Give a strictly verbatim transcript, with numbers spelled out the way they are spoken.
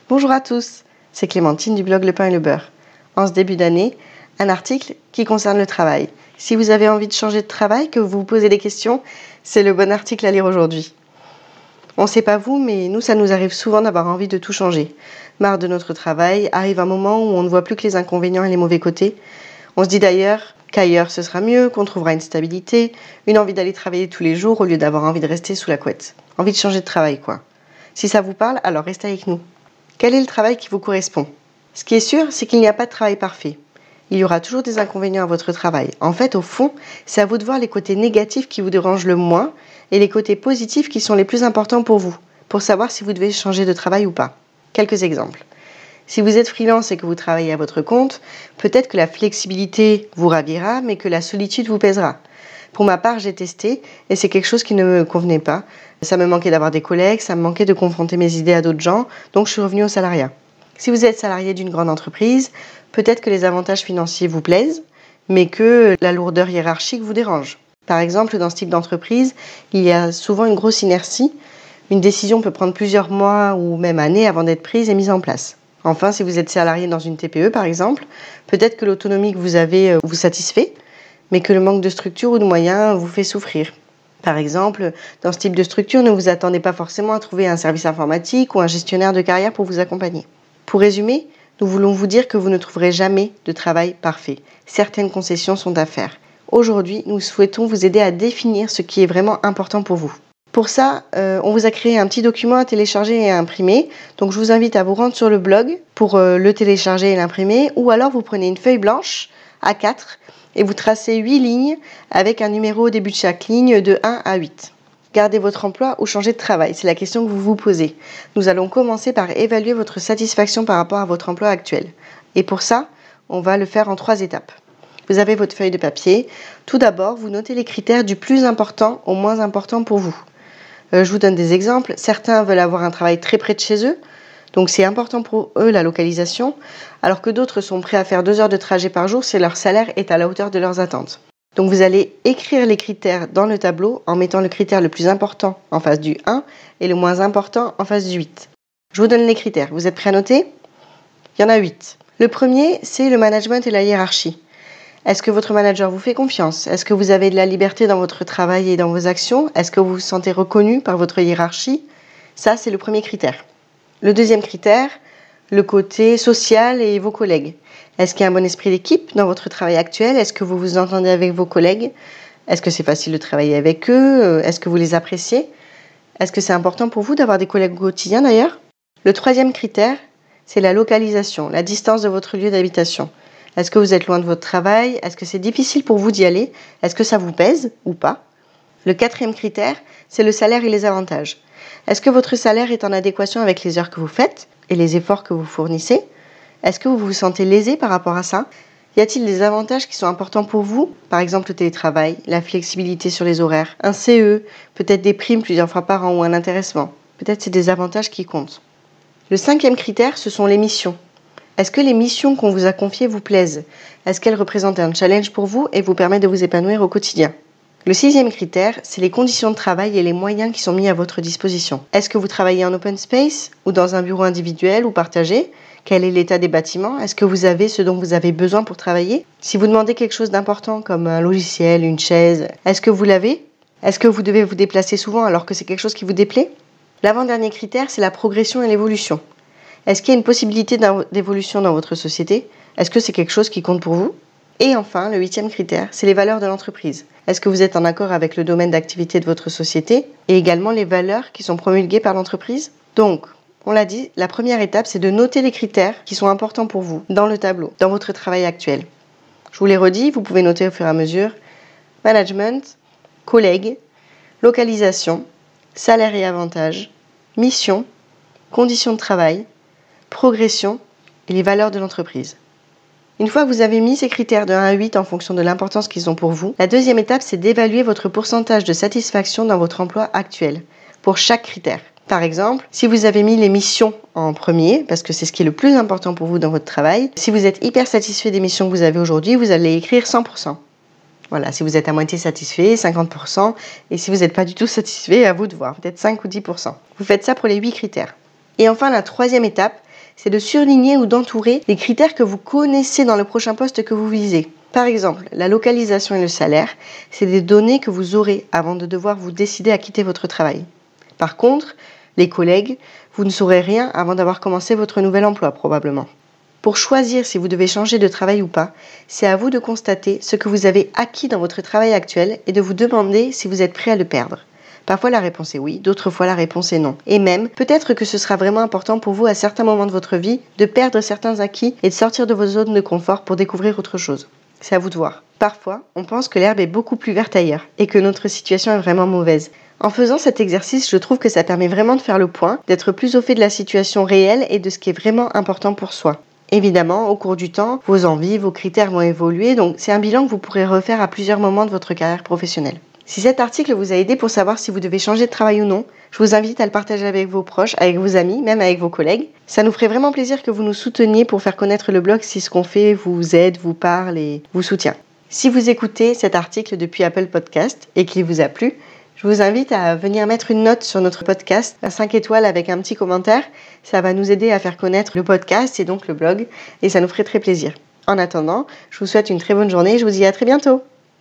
Bonjour à tous, c'est Clémentine du blog Le Pain et le Beurre. En ce début d'année, un article qui concerne le travail. Si vous avez envie de changer de travail, que vous vous posez des questions, c'est le bon article à lire aujourd'hui. On ne sait pas vous, mais nous, ça nous arrive souvent d'avoir envie de tout changer. Marre de notre travail, arrive un moment où on ne voit plus que les inconvénients et les mauvais côtés. On se dit d'ailleurs qu'ailleurs ce sera mieux, qu'on trouvera une stabilité, une envie d'aller travailler tous les jours au lieu d'avoir envie de rester sous la couette. Envie de changer de travail, quoi. Si ça vous parle, alors restez avec nous. Quel est le travail qui vous correspond ? Ce qui est sûr, c'est qu'il n'y a pas de travail parfait. Il y aura toujours des inconvénients à votre travail. En fait, au fond, c'est à vous de voir les côtés négatifs qui vous dérangent le moins et les côtés positifs qui sont les plus importants pour vous, pour savoir si vous devez changer de travail ou pas. Quelques exemples. Si vous êtes freelance et que vous travaillez à votre compte, peut-être que la flexibilité vous ravira, mais que la solitude vous pèsera. Pour ma part, j'ai testé et c'est quelque chose qui ne me convenait pas. Ça me manquait d'avoir des collègues, ça me manquait de confronter mes idées à d'autres gens, donc je suis revenue au salariat. Si vous êtes salarié d'une grande entreprise, peut-être que les avantages financiers vous plaisent, mais que la lourdeur hiérarchique vous dérange. Par exemple, dans ce type d'entreprise, il y a souvent une grosse inertie. Une décision peut prendre plusieurs mois ou même années avant d'être prise et mise en place. Enfin, si vous êtes salarié dans une T P E par exemple, peut-être que l'autonomie que vous avez vous satisfait, mais que le manque de structure ou de moyens vous fait souffrir. Par exemple, dans ce type de structure, ne vous attendez pas forcément à trouver un service informatique ou un gestionnaire de carrière pour vous accompagner. Pour résumer, nous voulons vous dire que vous ne trouverez jamais de travail parfait. Certaines concessions sont à faire. Aujourd'hui, nous souhaitons vous aider à définir ce qui est vraiment important pour vous. Pour ça, euh, on vous a créé un petit document à télécharger et à imprimer. Donc je vous invite à vous rendre sur le blog pour euh, le télécharger et l'imprimer, ou alors vous prenez une feuille blanche A quatre et vous tracez huit lignes avec un numéro au début de chaque ligne de un à huit. Gardez votre emploi ou changez de travail, c'est la question que vous vous posez. Nous allons commencer par évaluer votre satisfaction par rapport à votre emploi actuel. Et pour ça, on va le faire en trois étapes. Vous avez votre feuille de papier. Tout d'abord, vous notez les critères du plus important au moins important pour vous. Euh, je vous donne des exemples. Certains veulent avoir un travail très près de chez eux, donc c'est important pour eux la localisation, alors que d'autres sont prêts à faire deux heures de trajet par jour si leur salaire est à la hauteur de leurs attentes. Donc vous allez écrire les critères dans le tableau en mettant le critère le plus important en face du un et le moins important en face du huit. Je vous donne les critères. Vous êtes prêts à noter ? Il y en a huit. Le premier, c'est le management et la hiérarchie. Est-ce que votre manager vous fait confiance ? Est-ce que vous avez de la liberté dans votre travail et dans vos actions ? Est-ce que vous vous sentez reconnu par votre hiérarchie ? Ça, c'est le premier critère. Le deuxième critère, le côté social et vos collègues. Est-ce qu'il y a un bon esprit d'équipe dans votre travail actuel ? Est-ce que vous vous entendez avec vos collègues ? Est-ce que c'est facile de travailler avec eux ? Est-ce que vous les appréciez ? Est-ce que c'est important pour vous d'avoir des collègues au quotidien d'ailleurs ? Le troisième critère, c'est la localisation, la distance de votre lieu d'habitation. Est-ce que vous êtes loin de votre travail ? Est-ce que c'est difficile pour vous d'y aller ? Est-ce que ça vous pèse ou pas ? Le quatrième critère, c'est le salaire et les avantages. Est-ce que votre salaire est en adéquation avec les heures que vous faites et les efforts que vous fournissez ? Est-ce que vous vous sentez lésé par rapport à ça ? Y a-t-il des avantages qui sont importants pour vous ? Par exemple le télétravail, la flexibilité sur les horaires, un C E, peut-être des primes plusieurs fois par an ou un intéressement. Peut-être c'est des avantages qui comptent. Le cinquième critère, ce sont les missions. Est-ce que les missions qu'on vous a confiées vous plaisent ? Est-ce qu'elles représentent un challenge pour vous et vous permettent de vous épanouir au quotidien ? Le sixième critère, c'est les conditions de travail et les moyens qui sont mis à votre disposition. Est-ce que vous travaillez en open space ou dans un bureau individuel ou partagé ? Quel est l'état des bâtiments ? Est-ce que vous avez ce dont vous avez besoin pour travailler ? Si vous demandez quelque chose d'important comme un logiciel, une chaise, est-ce que vous l'avez ? Est-ce que vous devez vous déplacer souvent alors que c'est quelque chose qui vous déplaît ? L'avant-dernier critère, c'est la progression et l'évolution. Est-ce qu'il y a une possibilité d'évolution dans votre société ? Est-ce que c'est quelque chose qui compte pour vous ? Et enfin, le huitième critère, c'est les valeurs de l'entreprise. Est-ce que vous êtes en accord avec le domaine d'activité de votre société et également les valeurs qui sont promulguées par l'entreprise ? Donc, on l'a dit, la première étape, c'est de noter les critères qui sont importants pour vous dans le tableau, dans votre travail actuel. Je vous les redis, vous pouvez noter au fur et à mesure. Management, collègues, localisation, salaire et avantages, mission, conditions de travail, progression et les valeurs de l'entreprise. Une fois que vous avez mis ces critères de un à huit en fonction de l'importance qu'ils ont pour vous, la deuxième étape, c'est d'évaluer votre pourcentage de satisfaction dans votre emploi actuel, pour chaque critère. Par exemple, si vous avez mis les missions en premier, parce que c'est ce qui est le plus important pour vous dans votre travail, si vous êtes hyper satisfait des missions que vous avez aujourd'hui, vous allez écrire cent pour cent. Voilà, si vous êtes à moitié satisfait, cinquante pour cent, et si vous n'êtes pas du tout satisfait, à vous de voir, peut-être cinq ou dix pour cent. Vous faites ça pour les huit critères. Et enfin, la troisième étape, c'est de surligner ou d'entourer les critères que vous connaissez dans le prochain poste que vous visez. Par exemple, la localisation et le salaire, c'est des données que vous aurez avant de devoir vous décider à quitter votre travail. Par contre, les collègues, vous ne saurez rien avant d'avoir commencé votre nouvel emploi probablement. Pour choisir si vous devez changer de travail ou pas, c'est à vous de constater ce que vous avez acquis dans votre travail actuel et de vous demander si vous êtes prêt à le perdre. Parfois la réponse est oui, d'autres fois la réponse est non. Et même, peut-être que ce sera vraiment important pour vous à certains moments de votre vie de perdre certains acquis et de sortir de vos zones de confort pour découvrir autre chose. C'est à vous de voir. Parfois, on pense que l'herbe est beaucoup plus verte ailleurs et que notre situation est vraiment mauvaise. En faisant cet exercice, je trouve que ça permet vraiment de faire le point, d'être plus au fait de la situation réelle et de ce qui est vraiment important pour soi. Évidemment, au cours du temps, vos envies, vos critères vont évoluer, donc c'est un bilan que vous pourrez refaire à plusieurs moments de votre carrière professionnelle. Si cet article vous a aidé pour savoir si vous devez changer de travail ou non, je vous invite à le partager avec vos proches, avec vos amis, même avec vos collègues. Ça nous ferait vraiment plaisir que vous nous souteniez pour faire connaître le blog si ce qu'on fait vous aide, vous parle et vous soutient. Si vous écoutez cet article depuis Apple Podcast et qu'il vous a plu, je vous invite à venir mettre une note sur notre podcast, à cinq étoiles avec un petit commentaire. Ça va nous aider à faire connaître le podcast et donc le blog et ça nous ferait très plaisir. En attendant, je vous souhaite une très bonne journée et je vous dis à très bientôt.